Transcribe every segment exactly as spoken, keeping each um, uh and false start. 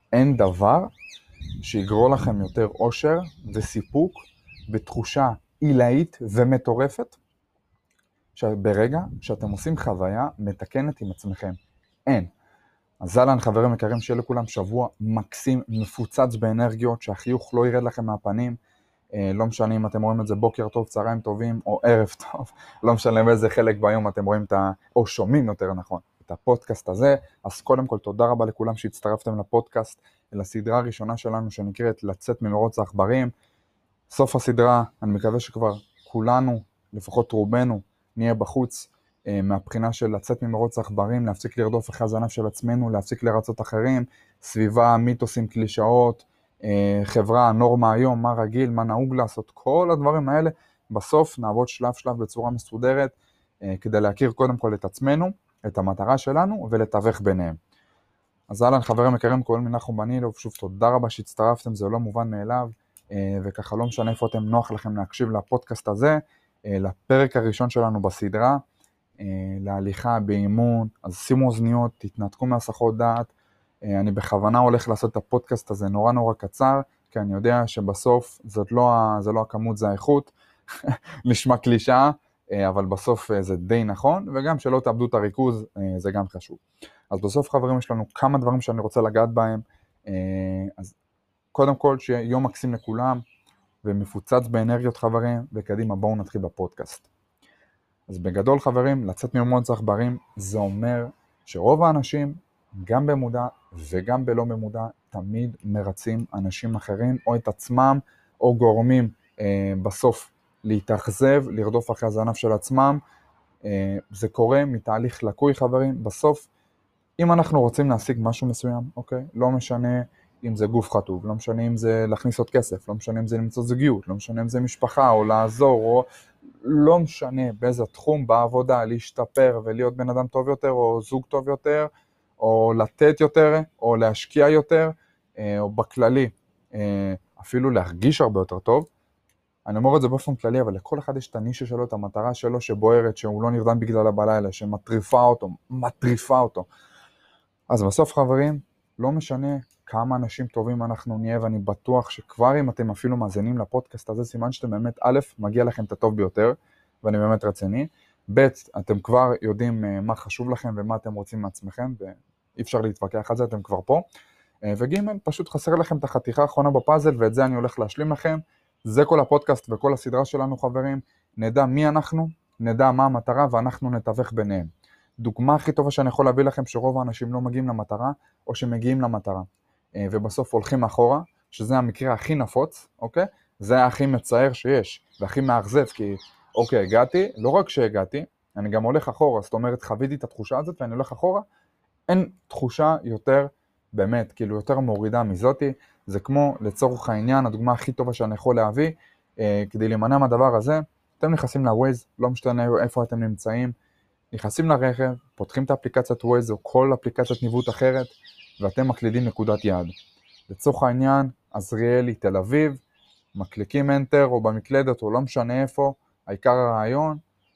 אין דבר שיגרור לכם יותר אושר וסיפוק בתחושה עילאית ומטורפת, ברגע שאתם עושים חוויה מתקנת עם עצמכם. אין. אז אהלן חברים יקרים, שיהיה לכולם שבוע מקסים, מפוצץ באנרגיות, שהחיוך לא ירד לכם מהפנים, לא משנה אם אתם רואים את זה בוקר טוב, צהריים טובים או ערב טוב, לא משנה באיזה חלק ביום אתם רואים את ה... או שומעים יותר נכון, את הפודקאסט הזה. אז קודם כל תודה רבה לכולם שהצטרפתם לפודקאסט, לסדרה הראשונה שלנו שנקראת לצאת ממרוץ העכברים. סוף הסדרה, אני מקווה שכבר כולנו, לפחות רובנו, נהיה בחוץ מהבחינה של לצאת ממרוץ העכברים, להפסיק לרדוף אחרי הזנב של עצמנו, להפסיק לרצות אחרים, סביבה, מיתוסים, קלישאות, חברה, נורמה היום, מה רגיל, מה נהוג לעשות, כל הדברים האלה, בסוף נעבוד שלב שלב בצורה מסודרת, כדי להכיר קודם כל את עצמנו, את המטרה שלנו, ולתווך ביניהם. אז אהלן חברים יקרים, קוראים לי נחום בנילוב, שוב תודה רבה שהצטרפתם, זה לא מובן מאליו, וככה לא משנה איפה אתם, נוח לכם להקשיב לפודקאסט הזה, לפרק הראשון שלנו בסדרה, להליכה באימון. אז שימו אוזניות, תתנתקו מהסחות דעת. אני בכוונה הולך לעשות את הפודקאסט הזה נורא נורא קצר, כי אני יודע שבסוף זאת לא, זה לא הכמות, זה האיכות, נשמע קלישאה, אבל בסוף זה די נכון, וגם שלא תאבדו את הריכוז, זה גם חשוב. אז בסוף חברים יש לנו כמה דברים שאני רוצה לגעת בהם, אז קודם כל שיהיה יום מקסים לכולם, ומפוצץ באנרגיות חברים, וקדימה בואו נתחיל בפודקאסט. אז בגדול חברים, לצאת ממרוץ העכברים, זה אומר שרוב האנשים, גם במודע וגם בלא במודע, תמיד מרצים אנשים אחרים, או את עצמם, או גורמים אה, בסוף להתאכזב, לרדוף אחרי הזנב של עצמם. אה, זה קורה מתהליך לקוי חברים. בסוף, אם אנחנו רוצים להשיג משהו מסוים, אוקיי? לא משנה אם זה גוף חטוב, לא משנה אם זה להכניס עוד כסף, לא משנה אם זה למצוא זוגיות, לא משנה אם זה משפחה או לעזור, או לא משנה באיזה תחום בעבודה, להשתפר ולהיות בן אדם טוב יותר, או זוג טוב יותר, או לתת יותר, או להשקיע יותר, או בכללי, אפילו להרגיש הרבה יותר טוב. אני אומר את זה באופן כללי, אבל לכל אחד יש את הנישה שלו, את המטרה שלו שבוערת, שהוא לא נרדם בגללה בלילה, שמטריפה אותו, מטריפה אותו. אז בסוף חברים, לא משנה כמה אנשים טובים אנחנו נהיה, ואני בטוח שכבר אם אתם אפילו מאזינים לפודקאסט הזה, סימן שאתם באמת, א', מגיע לכם את הטוב ביותר, ואני באמת רציני, ב', אתם כבר יודעים מה חשוב לכם ומה אתם רוצים מעצמכם, ואי אפשר להתווכח על זה, אתם כבר פה, וג', פשוט חסר לכם את החתיכה האחרונה בפאזל, ואת זה אני הולך להשלים לכם. זה כל הפודקאסט וכל הסדרה שלנו חברים, נדע מי אנחנו, נדע מה המטרה, ואנחנו נתווך ביניהם. דוגמה הכי טובה שאני יכול להביא לכם, שרוב האנשים לא מגיעים למטרה, או שמגיעים למטרה, ובסוף הולכים אחורה, שזה המקרה הכי נפוץ, אוקיי? זה הכי מצער שיש, והכי מאכזב, כי אוקיי, הגעתי, לא רק שהגעתי, אני גם הולך אחורה, זאת אומרת, חוויתי את התחושה הזאת, ואני הולך אחורה, אין תחושה יותר, באמת, כאילו יותר מורידה מזאתי, זה כמו לצורך העניין, הדוגמה הכי טובה שאני יכול להביא, כדי להימנע מהדבר הזה, אתם נכנסים לווייז, לא משתנה איפה אתם נמצאים, נכנסים לרכב, פותחים את האפליקציית ווייז או כל אפליקציית ניווט אחרת, ואתם מקלידים נקודת יעד. לצורך העניין, עזריאלי, תל אביב, מקליקים Enter או במקלדת או לא משנה איפה, העיקר הרעיון,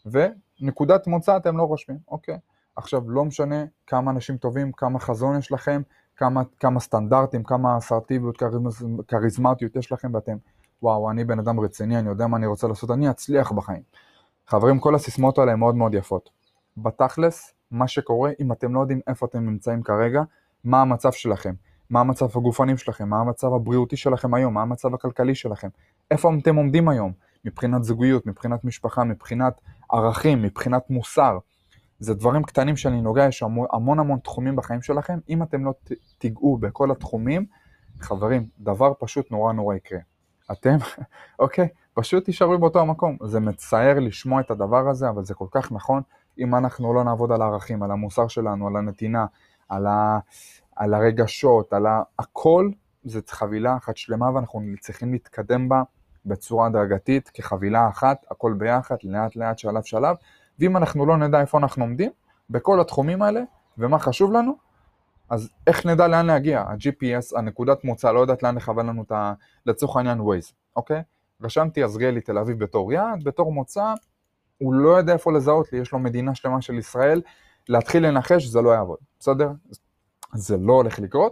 ונקודת מוצא אתם לא רושמים, אוקיי. עכשיו לא משנה כמה אנשים טובים, כמה חזון יש לכם, כמה, כמה סטנדרטים, כמה אסרטיביות, קריזמטיות יש לכם, ואתם, וואו, אני בן אדם רציני, אני יודע מה אני רוצה לעשות, אני אצליח בחיים. חברים, כל הסיסמאות האלה הן מאוד מאוד יפות. בתכלס, מה שקורה, אם אתם לא יודעים איפה אתם נמצאים כרגע, מה המצב שלכם, מה המצב הגופנים שלכם, מה המצב הבריאותי שלכם היום, מה המצב הכלכלי שלכם, איפה אתם עומדים היום, מבחינת זוגיות, מבחינת משפחה, מבחינת ערכים, מבחינת מוסר. זה דברים קטנים שאני נוגע, יש המון המון תחומים בחיים שלכם, אם אתם לא תיגעו בכל התחומים, חברים, דבר פשוט נורא נורא יקרה. אתם, אוקיי, פשוט תישארו באותו המקום. זה מצער לשמוע את הדבר הזה, אבל זה כל כך נכון, אם אנחנו לא נעבוד על הערכים, על המוסר שלנו, על הנתינה, על, ה, על הרגשות, על ה, הכל, זה חבילה אחת שלמה, ואנחנו צריכים להתקדם בה בצורה הדרגתית, כחבילה אחת, הכל ביחד, לאט לאט, שלב שלב, ואם אנחנו לא נדע איפה אנחנו עומדים, בכל התחומים האלה, ומה חשוב לנו, אז איך נדע לאן להגיע? ה-ג'י פי אס, הנקודת מוצא, לא יודעת לאן לכוון לנו את ה... לצורך העניין ווייז, אוקיי? רשמתי עזריאלי תל אביב בתור יעד, בתור מוצא, הוא לא יודע איפה לזהות לי, יש לו מדינה שלמה של ישראל, להתחיל לנחש, זה לא יעבוד, בסדר? זה לא הולך לקרות,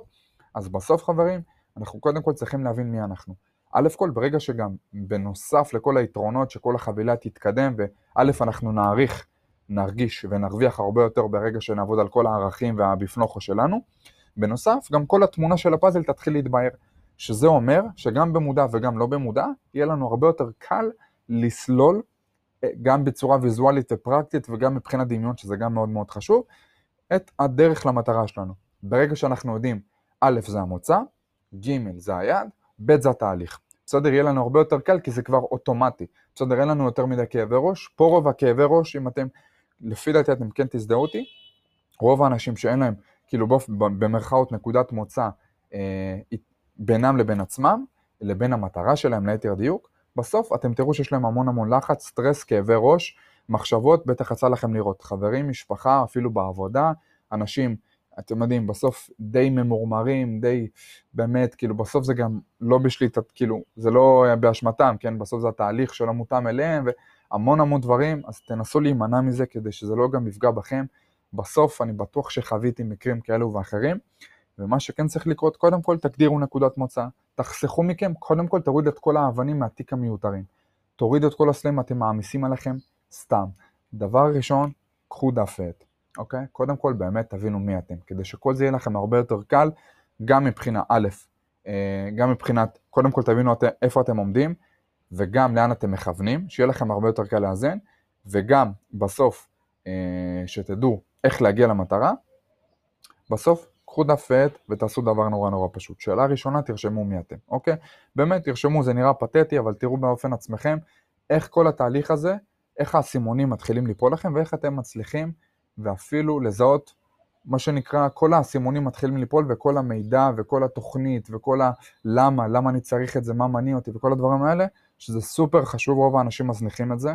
אז בסוף חברים, אנחנו קודם כל צריכים להבין מי אנחנו. א' כל, ברגע שגם בנוסף לכל היתרונות שכל החבילה תתקדם, וא' אנחנו נעריך, נרגיש ונרוויח הרבה יותר ברגע שנעבוד על כל הערכים והבפנוכו שלנו, בנוסף גם כל התמונה של הפאזל תתחיל להתבהר, שזה אומר שגם במודע וגם לא במודע, יהיה לנו הרבה יותר קל לסלול, גם בצורה ויזואלית ופרקטית וגם מבחינת דמיון, שזה גם מאוד מאוד חשוב, את הדרך למטרה שלנו. ברגע שאנחנו יודעים, א' זה המוצא, ג' זה היעד, ב' זה התהליך. בסדר, יהיה לנו הרבה יותר קל כי זה כבר אוטומטי. בסדר, אין לנו יותר מדי כאבי ראש. פה רוב הכאבי ראש, אם אתם, לפי דעתי אתם כן תזדהו אותי, רוב האנשים שאין להם, כאילו במרכאות נקודת מוצא אה, בינם לבין עצמם, לבין המטרה שלהם, ליתר דיוק, בסוף אתם תראו שיש להם המון המון לחץ, סטרס, כאבי ראש, מחשבות, בטח יצא לכם לראות חברים, משפחה, אפילו בעבודה, אנשים, אתם יודעים, בסוף די ממורמרים, די באמת, כאילו בסוף זה גם לא בשליטת, כאילו זה לא באשמתם, כן, בסוף זה התהליך שלא מותאם אליהם, והמון המון דברים, אז תנסו להימנע מזה כדי שזה לא גם יפגע בכם. בסוף אני בטוח שחוויתי מקרים כאלו ואחרים, ומה שכן צריך לקרות, קודם כל תגדירו נקודת מוצא, תחסכו מכם, קודם כל תוריד את כל האבנים מהתיק המיותרים, תוריד את כל הסלעים, אתם מעמיסים עליכם סתם. דבר ראשון, קחו דף ועט, אוקיי? קודם כל באמת תבינו מי אתם, כדי שכל זה יהיה לכם הרבה יותר קל, גם מבחינה א', גם מבחינת, קודם כל תבינו איפה אתם עומדים, וגם לאן אתם מכוונים, שיהיה לכם הרבה יותר קל לאזן, וגם בסוף שתדעו איך להגיע למטרה, בסוף קחו דף ועט ותעשו דבר נורא נורא פשוט. שאלה ראשונה, תרשמו מי אתם, אוקיי? באמת, תרשמו, זה נראה פתטי, אבל תראו באופן עצמכם, איך כל התהליך הזה, איך הסימונים מתחילים ליפול לכם, ואיך אתם מצליחים, ואפילו לזהות, מה שנקרא, כל הסימונים מתחילים ליפול, וכל המידע, וכל התוכנית, וכל הלמה, למה אני צריך את זה, מה מניע אותי, וכל הדברים האלה, שזה סופר חשוב, רוב האנשים מזניחים את זה.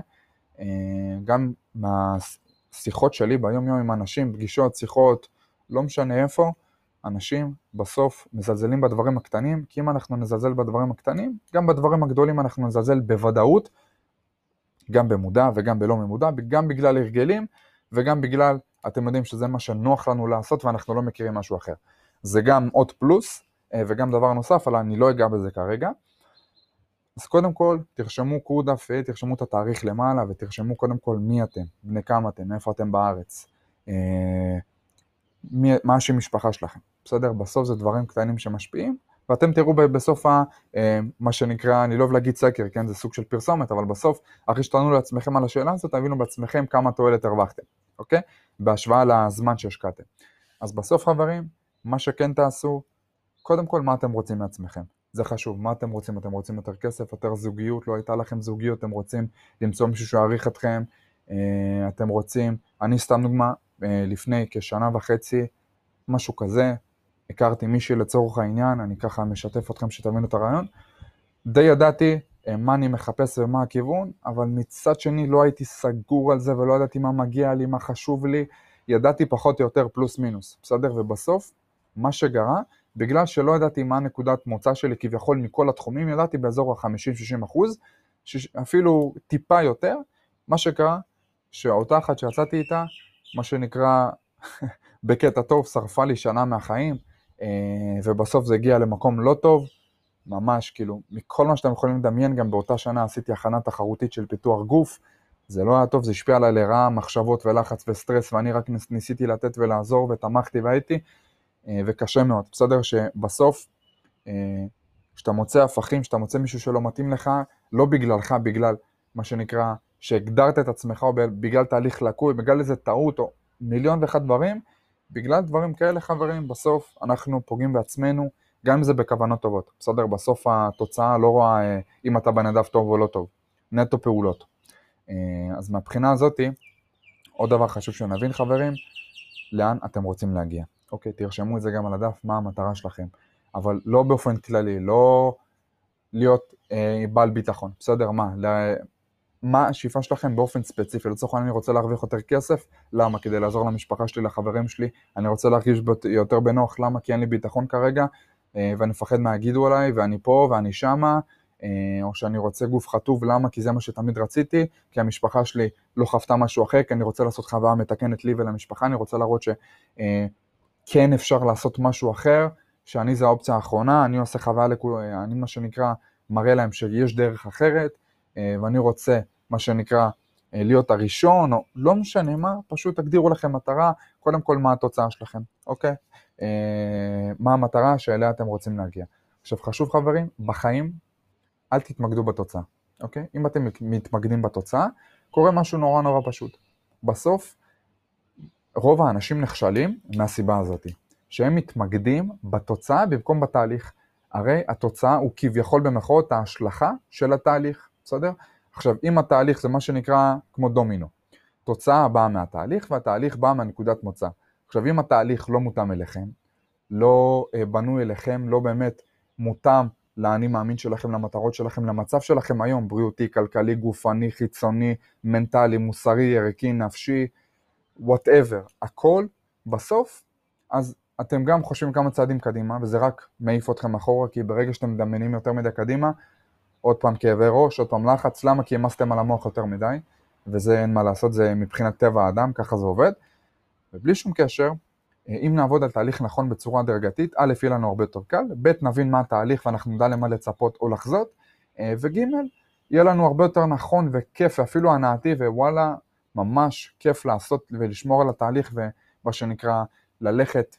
גם מהשיחות שלי ביום יום עם אנשים, פגישות, שיחות, לא משנה איפה, אנשים בסוף מזלזלים בדברים הקטנים, כי אם אנחנו נזלזל בדברים הקטנים, גם בדברים הגדולים אנחנו נזלזל בוודאות, גם במודע וגם בלא ממודע, גם בגלל הרגלים, וגם בגלל, אתם יודעים שזה מה שנוח לנו לעשות, ואנחנו לא מכירים משהו אחר. זה גם עוד פלוס, וגם דבר נוסף, אבל אני לא אגע בזה כרגע. אז קודם כל, תרשמו קחו דף ועט, תרשמו את התאריך למעלה, ותרשמו קודם כל מי אתם, בני כמה אתם, איפה אתם בארץ, מי, מה השם משפחה שלכם, בסדר? בסוף זה דברים קטנים שמשפיעים, ואתם תראו בסוף ה, מה שנקרא, אני לא אוהב להגיד סקר, כן? זה סוג של פרסומת, אבל בסוף, אחרי שתענו לעצמכם על השאלה הזאת, תבינו בעצמכם כמה תועלת הרווחתם, אוקיי? בהשוואה לזמן שהשקעתם. אז בסוף חברים, מה שכן תעשו, קודם כל מה אתם רוצים מעצמכם. זה חשוב, מה אתם רוצים? אתם רוצים יותר כסף, יותר זוגיות, לא הייתה לכם זוגיות, אתם רוצים למצוא מישהו שיעריך אתכם, אתם רוצים, אני סתם דוגמה, לפני כשנה וחצי, משהו כזה, הכרתי מישהי לצורך העניין, אני ככה משתף אתכם שתבינו את הרעיון, די ידעתי מה אני מחפש ומה הכיוון, אבל מצד שני לא הייתי סגור על זה ולא ידעתי מה מגיע לי, מה חשוב לי, ידעתי פחות או יותר פלוס מינוס, בסדר? ובסוף, מה שגרה, בגלל שלא ידעתי מה נקודת מוצא שלי כביכול מכל התחומים, ידעתי באזור ה-חמישים עד שישים אחוז, אפילו טיפה יותר, מה שקרה, שאותה אחת שיצאתי איתה, מה שנקרא בקטע טוב, שרפה לי שנה מהחיים, ובסוף זה הגיע למקום לא טוב, ממש כאילו, מכל מה שאתם יכולים לדמיין, גם באותה שנה עשיתי הכנה תחרותית של פיתוח גוף, זה לא היה טוב, זה השפיע עליי לרעה, מחשבות ולחץ וסטרס, ואני רק ניסיתי לתת ולעזור, ותמכתי והייתי, וקשה מאוד, בסדר שבסוף, כשאתה מוצא הפכים, כשאתה מוצא מישהו שלא מתאים לך, לא בגללך, בגלל מה שנקרא, שהגדרת את עצמך, או בגלל תהליך לקוי, בגלל איזה טעות, או מיליון ואחד דברים, בגלל דברים כאלה חברים, בסוף אנחנו פוגעים בעצמנו, גם אם זה בכוונות טובות, בסדר? בסוף התוצאה לא רואה אם אתה בן אדם טוב או לא טוב, נטו פעולות. אז מהבחינה הזאת, עוד דבר חשוב שנבין חברים, לאן אתם רוצים להגיע. אוקיי, תרשמו את זה גם על הדף, מה המטרה שלכם, אבל לא באופן כללי, לא להיות אה, בעל ביטחון, בסדר? מה? לה... מה השאיפה שלכם באופן ספציפי? לצורך העניין אני רוצה להרוויח יותר כסף, למה? כדי לעזור למשפחה שלי, לחברים שלי, אני רוצה להרגיש יותר בנוח, למה? כי אין לי ביטחון כרגע, ואני מפחד מה יגידו עליי, ואני פה ואני שמה, או שאני רוצה גוף חטוב, למה? כי זה מה שתמיד רציתי, כי המשפחה שלי לא חפתה משהו אחר, כי אני רוצה לעשות חוויה מתקנת לי ולמשפחה, אני רוצה להראות שכן אפשר לעשות משהו אחר, שאני זה האופציה האחרונה, אני עושה חוויה לכולם, אני מה שנקרא מראה להם שיש דרך אחרת, ואני רוצה מה שנקרא להיות הראשון, או לא משנה מה, פשוט תגדירו לכם מטרה, קודם כל מה התוצאה שלכם, אוקיי? מה המטרה שאליה אתם רוצים להגיע. עכשיו חשוב חברים, בחיים אל תתמקדו בתוצאה, אוקיי? אם אתם מתמקדים בתוצאה, קורה משהו נורא נורא פשוט. בסוף, רוב האנשים נכשלים מהסיבה הזאת, שהם מתמקדים בתוצאה במקום בתהליך. הרי התוצאה הוא כביכול במחאות ההשלכה של התהליך, בסדר? עכשיו, אם התהליך זה מה שנקרא כמו דומינו, תוצאה באה מהתהליך והתהליך בא מהנקודת מוצא. עכשיו, אם התהליך לא מותאם אליכם, לא בנוי אליכם, לא באמת מותאם לאני מאמין שלכם, למטרות שלכם, למצב שלכם היום, בריאותי, כלכלי, גופני, חיצוני, מנטלי, מוסרי, ערכי, נפשי, whatever, הכל בסוף, אז אתם גם חושבים כמה צעדים קדימה, וזה רק מעיף אתכם אחורה, כי ברגע שאתם מדמיינים יותר מדי קדימה, עוד פעם כאבי ראש, עוד פעם לחץ, למה? כי המסתם על המוח יותר מדי, וזה אין מה לעשות, זה מבחינת טבע האדם, ככה זה עובד, ובלי שום קשר, אם נעבוד על תהליך נכון בצורה דרגתית, א', יהיה לנו הרבה יותר קל, ב', נבין מה התהליך ואנחנו נדע למה לצפות או לחזות, וג', יהיה לנו הרבה יותר נכון וכיף, ואפילו הנעתי, ווואלה, ממש כיף לעשות ולשמור על התהליך, ומה שנקרא ללכת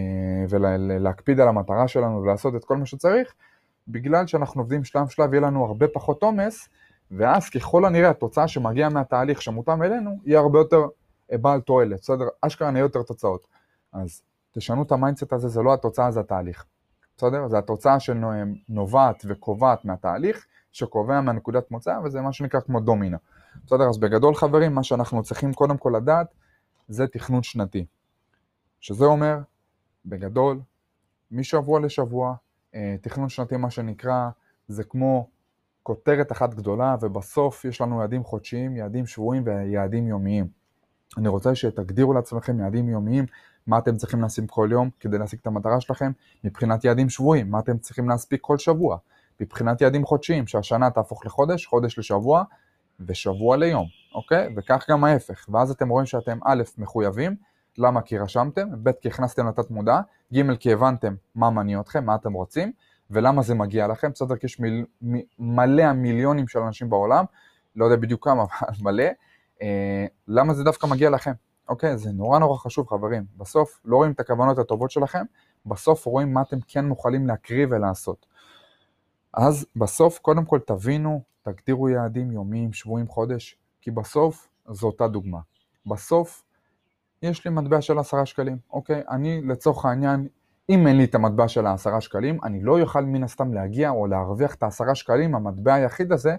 ולהקפיד על המטרה שלנו ולעשות את כל מה שצריך, בגלל שאנחנו עובדים שלב שלב, יהיה לנו הרבה פחות עומס, ואז ככל הנראה התוצאה שמגיעה מהתהליך שמותאם אלינו, יהיה הרבה יותר בעל תועלת, בסדר? אשכרה נהיה יותר תוצאות. אז תשנו את המיינדסט הזה, זה לא התוצאה, זה התהליך. בסדר? זה התוצאה שנובעת וקובעת מהתהליך, שקובע מהנקודת מוצא, וזה מה שנקרא כמו דומינה. בסדר? אז בגדול חברים, מה שאנחנו צריכים קודם כל לדעת, זה תכנון שנתי. שזה אומר, בגדול, משבוע לשבוע, תכנון שנתי מה שנקרא, זה כמו כותרת אחת גדולה, ובסוף יש לנו יעדים חודשיים, יעדים שבועיים ויעדים יומיים. אני רוצה שתגדירו לעצמכם יעדים יומיים, מה אתם צריכים להשיג כל יום כדי להשיג את המטרה שלכם, מבחינת יעדים שבועיים, מה אתם צריכים להספיק כל שבוע, מבחינת יעדים חודשיים, שהשנה תהפוך לחודש, חודש לשבוע, ושבוע ליום, אוקיי? וכך גם ההפך, ואז אתם רואים שאתם א', מחויבים, למה? כי רשמתם, ב', כי הכנסתם לתת מודע, ג', כי הבנתם מה מניע אתכם, מה אתם רוצים, ולמה זה מגיע לכם, בסדר, כי יש מיל, מ, מלא המיליונים של אנשים בעולם, לא יודע בדיוק כמה, אבל מלא, אה, למה זה דווקא מגיע לכם? אוקיי, זה נורא נורא חשוב חברים, בסוף לא רואים את הכוונות הטובות שלכם, בסוף רואים מה אתם כן מוכנים להקריב ולעשות. אז בסוף קודם כל תבינו, תגדירו יעדים יומיים, שבועים, חודש, כי בסוף זו אותה דוגמה. בסוף יש לי מטבע של עשרה שקלים, אוקיי? אני לצורך העניין, אם אין לי את המטבע של העשרה שקלים, אני לא יוכל מן הסתם להגיע או להרוויח את העשרה שקלים, המטבע היחיד הזה,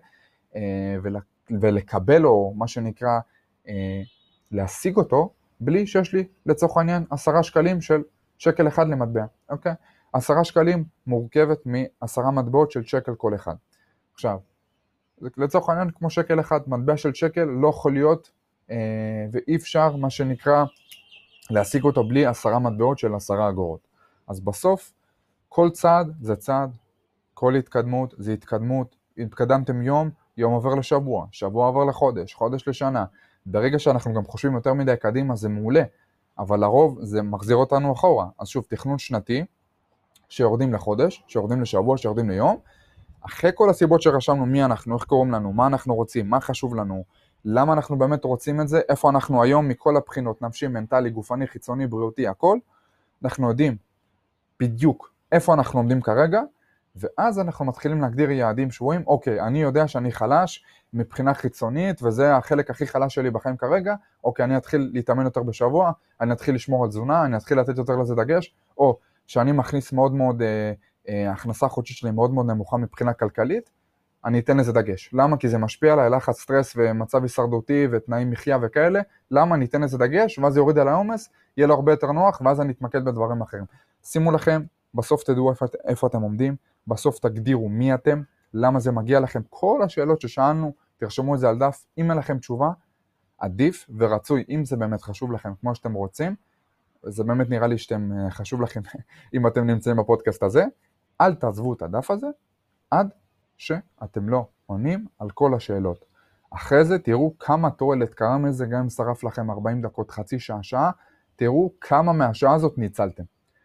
ולקבל או מה שנקרא, להשיג אותו, בלי שיש לי לצורך העניין עשרה שקלים של שקל אחד למטבע, אוקיי? עשרה שקלים מורכבת מעשרה מטבעות של שקל כל אחד. עכשיו, לצורך העניין כמו שקל אחד, מטבע של שקל לא יכול להיות, אה, ואי אפשר מה שנקרא להשיג אותו בלי עשרה מטבעות של עשרה אגורות. אז בסוף, כל צעד זה צעד, כל התקדמות זה התקדמות, התקדמתם יום, יום עובר לשבוע, שבוע עובר לחודש, חודש לשנה. ברגע שאנחנו גם חושבים יותר מדי קדימה זה מעולה, אבל לרוב זה מחזיר אותנו אחורה. אז שוב, תכנון שנתי, שיורדים לחודש, שיורדים לשבוע, שיורדים ליום, אחרי כל הסיבות שרשמנו מי אנחנו, איך קוראים לנו, מה אנחנו רוצים, מה חשוב לנו, למה אנחנו באמת רוצים את זה, איפה אנחנו היום מכל הבחינות, נפשי, מנטלי, גופני, חיצוני, בריאותי, הכל, אנחנו יודעים בדיוק איפה אנחנו עומדים כרגע, ואז אנחנו מתחילים להגדיר יעדים שבועים, אוקיי, אני יודע שאני חלש מבחינה חיצונית, וזה החלק הכי חלש שלי בחיים כרגע, אוקיי, אני אתחיל להתאמן יותר בשבוע, אני אתחיל לשמור על תזונה, אני אתחיל לתת יותר לזה דגש, או שאני מכניס מאוד מאוד, אה, אה, הכנסה חודשית שלי מאוד מאוד נמוכה מבחינה כלכלית, אני אתן לזה דגש. למה? כי זה משפיע עליי, לחץ, סטרס ומצב הישרדותי ותנאים מחיה וכאלה, למה? אני אתן לזה דגש, ואז יוריד על העומס, יהיה לו הרבה יותר נוח, ואז אני אתמקד בדברים אחרים. שימו לכם, בסוף תדעו איפה, איפה אתם עומדים, בסוף תגדירו מי אתם, למה זה מגיע לכם, כל השאלות ששאלנו, תרשמו את זה על דף, אם אין לכם תשובה, עדיף ורצוי, אם זה באמת חשוב לכם כמו שאתם רוצים, זה באמת נראה לי שאתם חשוב לכם, אם אתם נמצאים בפודקאסט הזה, אל תעזבו את הדף הזה, עד שאתם לא עונים על כל השאלות. אחרי זה תראו כמה תועלת קרה מזה, גם אם שרף לכם ארבעים דקות, חצי שעה, שעה, תראו כמה מהשעה הזאת ניצלתם.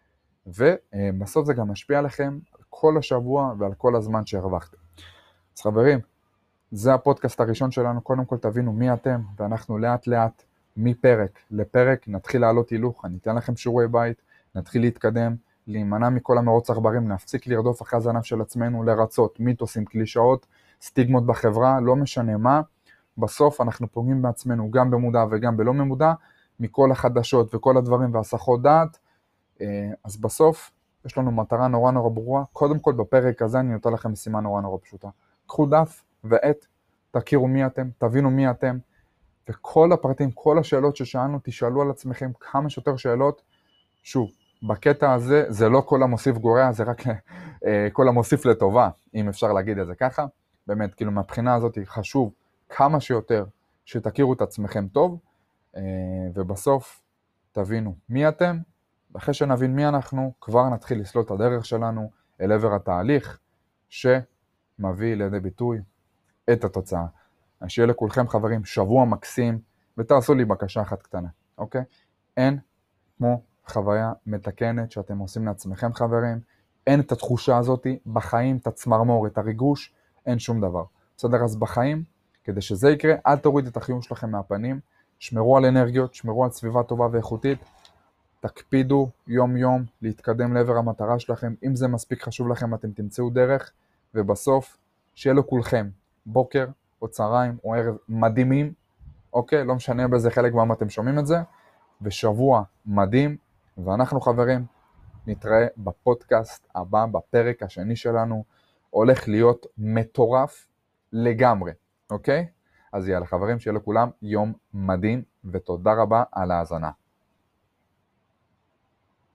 ובסוף זה גם משפיע עליכם כל השבוע ועל כל הזמן שהרווחתם. אז חברים, זה הפודקאסט הראשון שלנו, קודם כל תבינו מי אתם, ואנחנו לאט לאט מפרק לפרק נתחיל לעלות הילוך, אני אתן לכם שיעורי בית, נתחיל להתקדם, להימנע מכל המרוץ עכברים, להפסיק לרדוף אחרי הזנב של עצמנו, לרצות, מיתוסים, קלישאות, סטיגמות בחברה, לא משנה מה, בסוף אנחנו פוגעים בעצמנו גם במודע וגם בלא ממודע, מכל החדשות וכל הדברים והסחות דעת, אז בסוף יש לנו מטרה נורא נורא ברורה, קודם כל בפרק הזה אני נותן לכם משימה נורא נורא פשוטה, קחו דף ועט, תכירו מי אתם, תבינו מי אתם, וכל הפרטים, כל השאלות ששאלנו, תשאלו על עצמכם כמה שיותר שאלות, שוב, בקטע הזה זה לא כל המוסיף גורע, זה רק כל המוסיף לטובה, אם אפשר להגיד את זה ככה, באמת, כאילו מהבחינה הזאת חשוב כמה שיותר שתכירו את עצמכם טוב, ובסוף תבינו מי אתם, ואחרי שנבין מי אנחנו, כבר נתחיל לסלול את הדרך שלנו אל עבר התהליך, שמביא לידי ביטוי את התוצאה. אז שיהיה לכולכם חברים שבוע מקסים, ותעשו לי בקשה אחת קטנה, אוקיי? אין כמו חוויה מתקנת שאתם עושים לעצמכם חברים, אין את התחושה הזאת בחיים, את הצמרמור, את הריגוש, אין שום דבר. בסדר, אז בחיים, כדי שזה יקרה, אל תוריד את החיוך שלכם מהפנים, שמרו על אנרגיות, שמרו על סביבה טובה ואיכותית, תקפידו יום יום להתקדם לעבר המטרה שלכם, אם זה מספיק חשוב לכם אתם תמצאו דרך, ובסוף שיהיה לכולכם בוקר או צהריים או ערב מדהימים, אוקיי? לא משנה באיזה חלק במה אתם שומעים את זה, ושבוע מדהים, ואנחנו חברים נתראה בפודקאסט הבא, בפרק השני שלנו, הולך להיות מטורף לגמרי, אוקיי? אז יאללה חברים, שיהיה לכולם יום מדהים, ותודה רבה על ההאזנה.